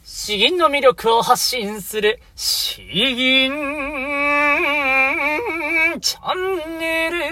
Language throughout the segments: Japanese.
詩吟の魅力を発信する詩吟チャンネル。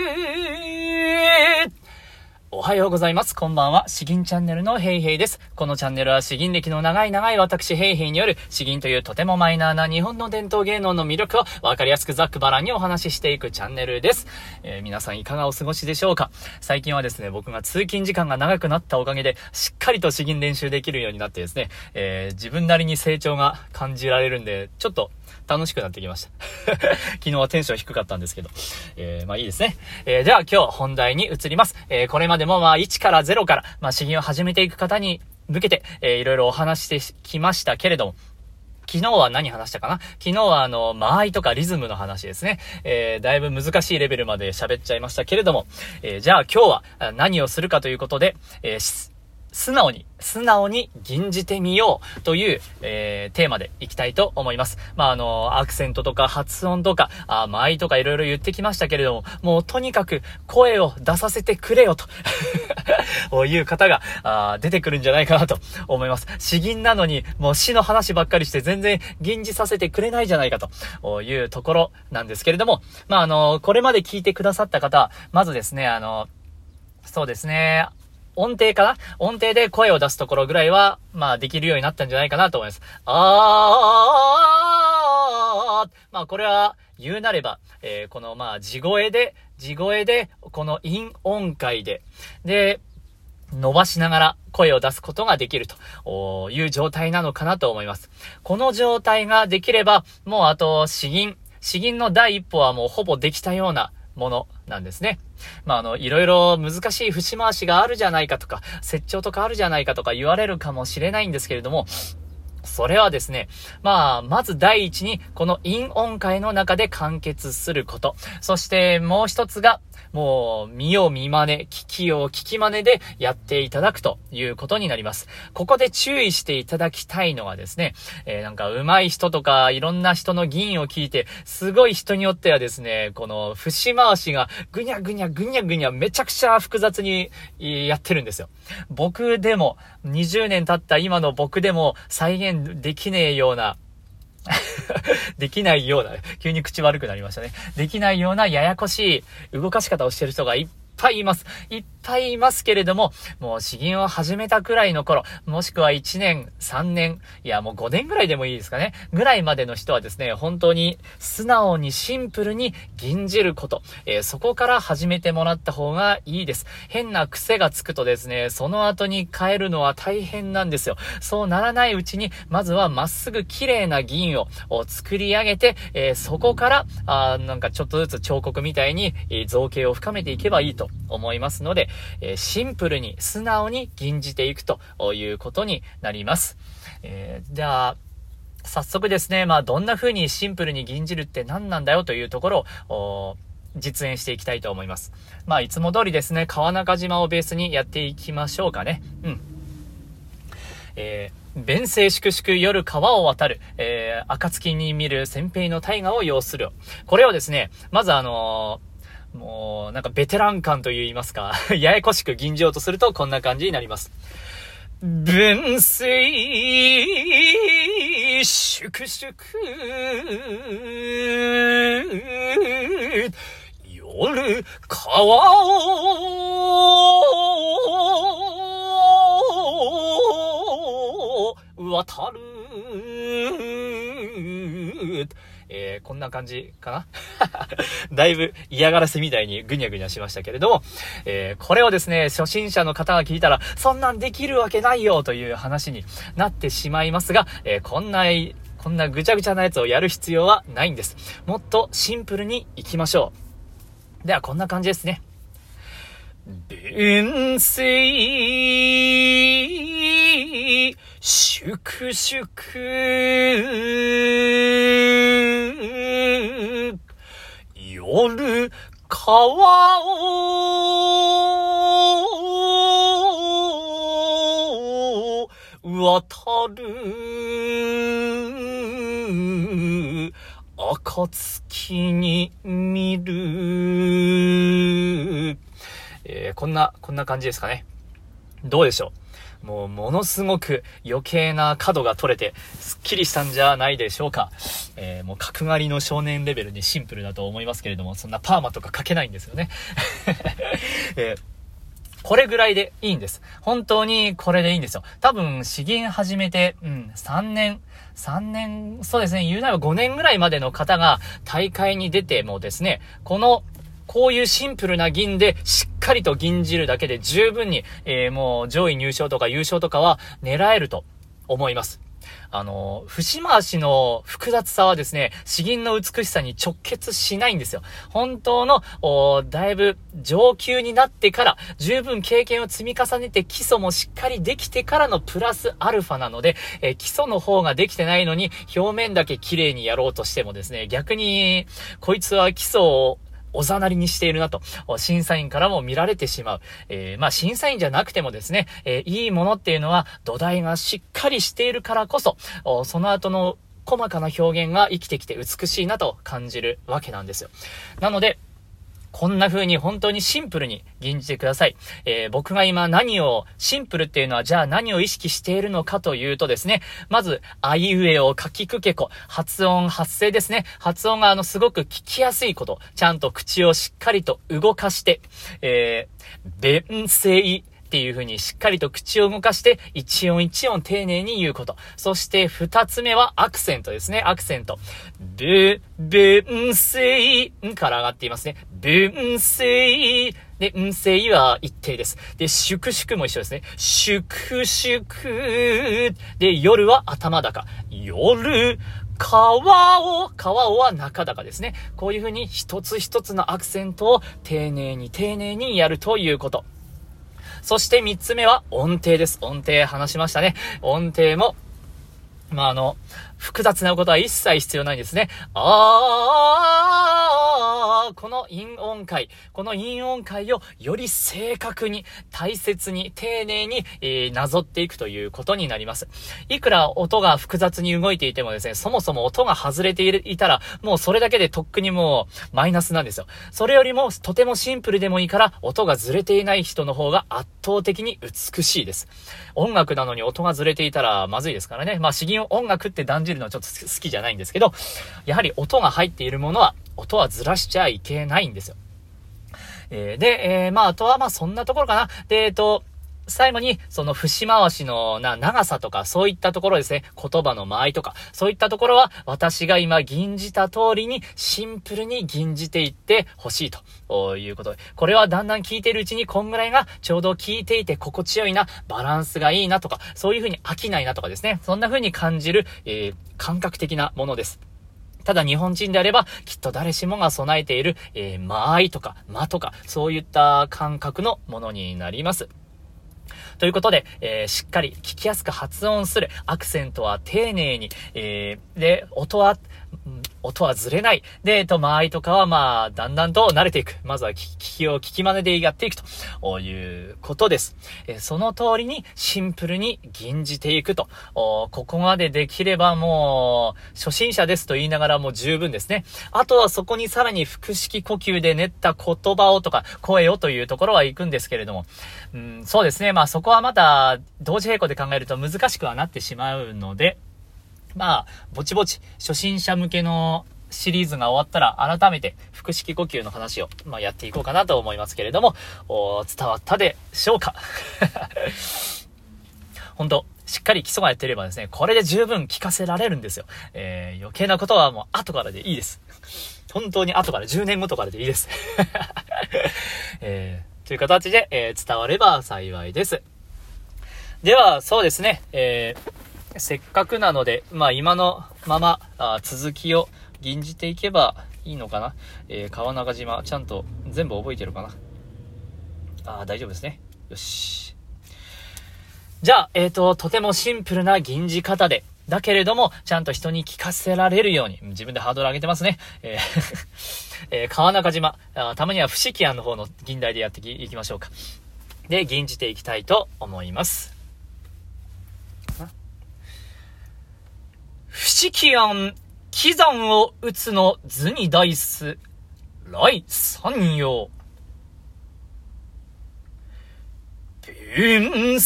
おはようございます。こんばんは。詩吟チャンネルのヘイヘイです。このチャンネルは詩吟歴の長い私ヘイヘイによる詩吟というとてもマイナーな日本の伝統芸能の魅力をわかりやすくざっくばらんにお話ししていくチャンネルです。皆さんいかがお過ごしでしょうか。最近はですね、僕が通勤時間が長くなったおかげでしっかりと詩吟練習できるようになってですね、自分なりに成長が感じられるんで、ちょっと楽しくなってきました昨日はテンション低かったんですけど、まあいいですね。では今日本題に移ります。これまでも1から0から詩吟を始めていく方に向けて、いろいろお話してきましたけれども、昨日は何話したかな。昨日は間合いとかリズムの話ですね。だいぶ難しいレベルまで喋っちゃいましたけれども、じゃあ今日は何をするかということで、素直に吟じてみようという、テーマでいきたいと思います。アクセントとか発音とか、間合いとかいろいろ言ってきましたけれども、もうとにかく声を出させてくれよという方が出てくるんじゃないかなと思います。詩吟なのにもう詩の話ばっかりして全然吟じさせてくれないじゃないかというところなんですけれども、これまで聞いてくださった方は、まずですね、そうですね、音程かな？音程で声を出すところぐらいは、できるようになったんじゃないかなと思います。これは言うなれば、この地声で、この韻音階で、伸ばしながら声を出すことができるという状態なのかなと思います。この状態ができれば、もうあと詩吟の第一歩はもうほぼできたようなものなんですね。いろいろ難しい節回しがあるじゃないかとか、説調とかあるじゃないかとか言われるかもしれないんですけれども、それはですね、まず第一にこの韻音階の中で完結すること。そしてもう一つが、もう見よう見真似、聞きよう聞き真似でやっていただくということになります。ここで注意していただきたいのはですね、上手い人とかいろんな人の吟を聞いて、すごい人によってはですね、この節回しがぐにゃぐにゃめちゃくちゃ複雑にやってるんですよ。僕でも20年経った今の僕でも再現できねえようなできないような、急に口悪くなりましたね。できないようなややこしい動かし方をしてる人がいっぱいいますけれども、もう詩吟を始めたくらいの頃、もしくは1年、3年、いやもう5年ぐらいでもいいですかね、ぐらいまでの人はですね、本当に素直にシンプルに吟じること、そこから始めてもらった方がいいです。変な癖がつくとですね、その後に変えるのは大変なんですよ。そうならないうちに、まずはまっすぐ綺麗な吟を作り上げて、そこからちょっとずつ彫刻みたいに造形を深めていけばいいと思いますので、シンプルに素直に吟じていくということになります。じゃあ早速ですね、どんな風にシンプルに吟じるって何なんだよというところを実演していきたいと思います。いつも通りですね、川中島をベースにやっていきましょうかね。弁声粛々夜川を渡る、暁に見る先兵の大河を要する。これをですね、まずもうベテラン感と言いますかややこしく吟じようとするとこんな感じになります。弁声粛々夜川を渡るこんな感じかなだいぶ嫌がらせみたいにぐにゃぐにゃしましたけれども、これをですね、初心者の方が聞いたらそんなんできるわけないよという話になってしまいますが、こんなぐちゃぐちゃなやつをやる必要はないんです。もっとシンプルにいきましょう。ではこんな感じですね。弁声粛々夜川を渡る暁に見る、こんな感じですかね。どうでしょう。 もうものすごく余計な角が取れて、すっきりしたんじゃないでしょうか。もう角刈りの少年レベルにシンプルだと思いますけれども、そんなパーマとかかけないんですよね。これぐらいでいいんです。本当にこれでいいんですよ。多分、詩吟始めて、3年、そうですね、言うならば5年ぐらいまでの方が大会に出てもですね、こういうシンプルな吟でしっかりと吟じるだけで十分に、もう上位入賞とか優勝とかは狙えると思います。節回しの複雑さはですね、詩吟の美しさに直結しないんですよ。本当の、だいぶ上級になってから、十分経験を積み重ねて基礎もしっかりできてからのプラスアルファなので、基礎の方ができてないのに、表面だけ綺麗にやろうとしてもですね、逆に、こいつは基礎をおざなりにしているなと、審査員からも見られてしまう。審査員じゃなくてもですね、いいものっていうのは土台がしっかりしているからこそ、その後の細かな表現が生きてきて美しいなと感じるわけなんですよ。なので、こんな風に本当にシンプルに吟じてください。僕が今シンプルっていうのはじゃあ何を意識しているのかというとですね、まず、あいうえおかきくけこ、発音、発声ですね。発音がすごく聞きやすいこと、ちゃんと口をしっかりと動かして、弁声、っていう風にしっかりと口を動かして一音一音丁寧に言うこと。そして二つ目はアクセントですね。アクセント。弁声から上がっていますね。弁声で、声は一定です。で、粛々も一緒ですね。粛々で、夜は頭高。夜川尾は中高ですね。こういう風に一つ一つのアクセントを丁寧にやるということ。そして三つ目は音程です。音程話しましたね。音程も、複雑なことは一切必要ないんですね。この韻音階をより正確に、大切に、丁寧に、なぞっていくということになります。いくら音が複雑に動いていてもですね、そもそも音が外れていたら、もうそれだけでとっくにもうマイナスなんですよ。それよりもとてもシンプルでもいいから、音がずれていない人の方が圧倒的に美しいです。音楽なのに音がずれていたらまずいですからね。詩吟を音楽って断じるのはちょっと好きじゃないんですけど、やはり音が入っているものは、音はずらしちゃいけないんですよ。あとはそんなところかな。で、最後に、その節回しの長さとか、そういったところですね、言葉の間合いとか、そういったところは、私が今吟じた通りに、シンプルに吟じていってほしいということで、これはだんだん聞いているうちに、こんぐらいがちょうど聞いていて心地よいな、バランスがいいなとか、そういう風に飽きないなとかですね、そんな風に感じる、感覚的なものです。ただ日本人であれば、きっと誰しもが備えている、間合いとか、間とか、そういった感覚のものになります。ということで、しっかり聞きやすく発音する。アクセントは丁寧に。で、音はずれない。で、間合いとかはだんだんと慣れていく。まずは聞き真似でやっていくということです。その通りにシンプルに吟じていくと。ここまでできればもう、初心者ですと言いながらもう十分ですね。あとはそこにさらに腹式呼吸で練った言葉をとか、声をというところは行くんですけれども。そうですね。そこはまた、同時並行で考えると難しくはなってしまうので、ぼちぼち、初心者向けのシリーズが終わったら、改めて腹式呼吸の話を、やっていこうかなと思いますけれども、伝わったでしょうか本当しっかり基礎がやってればですね、これで十分聞かせられるんですよ。余計なことはもう後からでいいです。本当に後から、10年後とかでいいです。という形で、伝われば幸いです。では、そうですね、せっかくなので、今のまま続きを吟じていけばいいのかな。川中島、ちゃんと全部覚えてるかな。大丈夫ですね。よし。じゃあ、とてもシンプルな吟じ方で、だけれども、ちゃんと人に聞かせられるように、自分でハードル上げてますね。川中島、たまには不思議案の方の吟題でやっていきましょうか。で、吟じていきたいと思います。不思議案、喜山を打つの図に大す、来三陽。 遠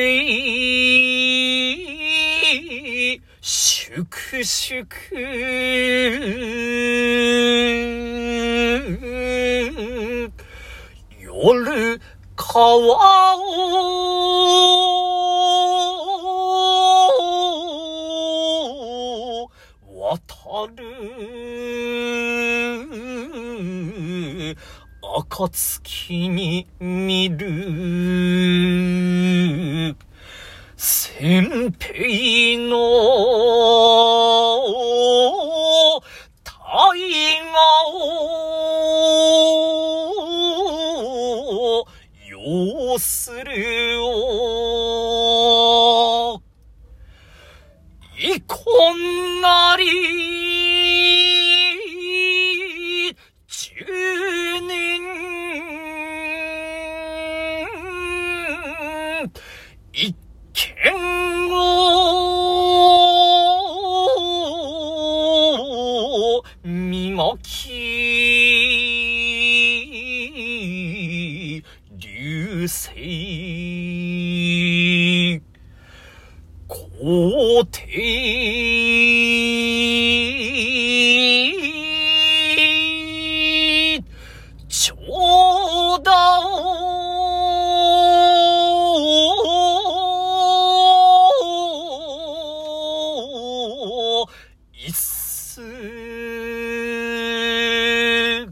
征粛々夜川を渡る暁に見る先兵の大河を要するをいこなり10年一見を磨き流星皇帝長蛇一数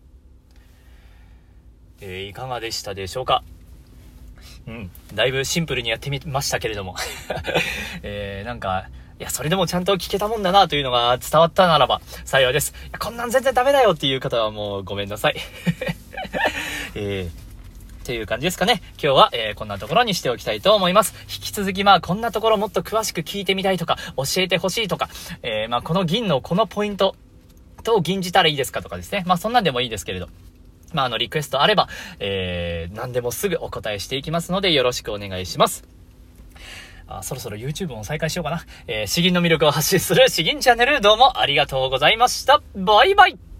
いかがでしたでしょうか。だいぶシンプルにやってみましたけれども、なんか、いや、それでもちゃんと聞けたもんだなというのが伝わったならば幸いです。いや、こんなん全然ダメだよっていう方はもうごめんなさい。っていう感じですかね。今日は、こんなところにしておきたいと思います。引き続きこんなところもっと詳しく聞いてみたいとか、教えてほしいとか、この銀のこのポイントどう吟じたらいいですかとかですね。そんなんでもいいですけれど。リクエストあれば、何でもすぐお答えしていきますのでよろしくお願いします。そろそろ YouTube も再開しようかな。詩吟の魅力を発信する詩吟チャンネル、どうもありがとうございました。バイバイ。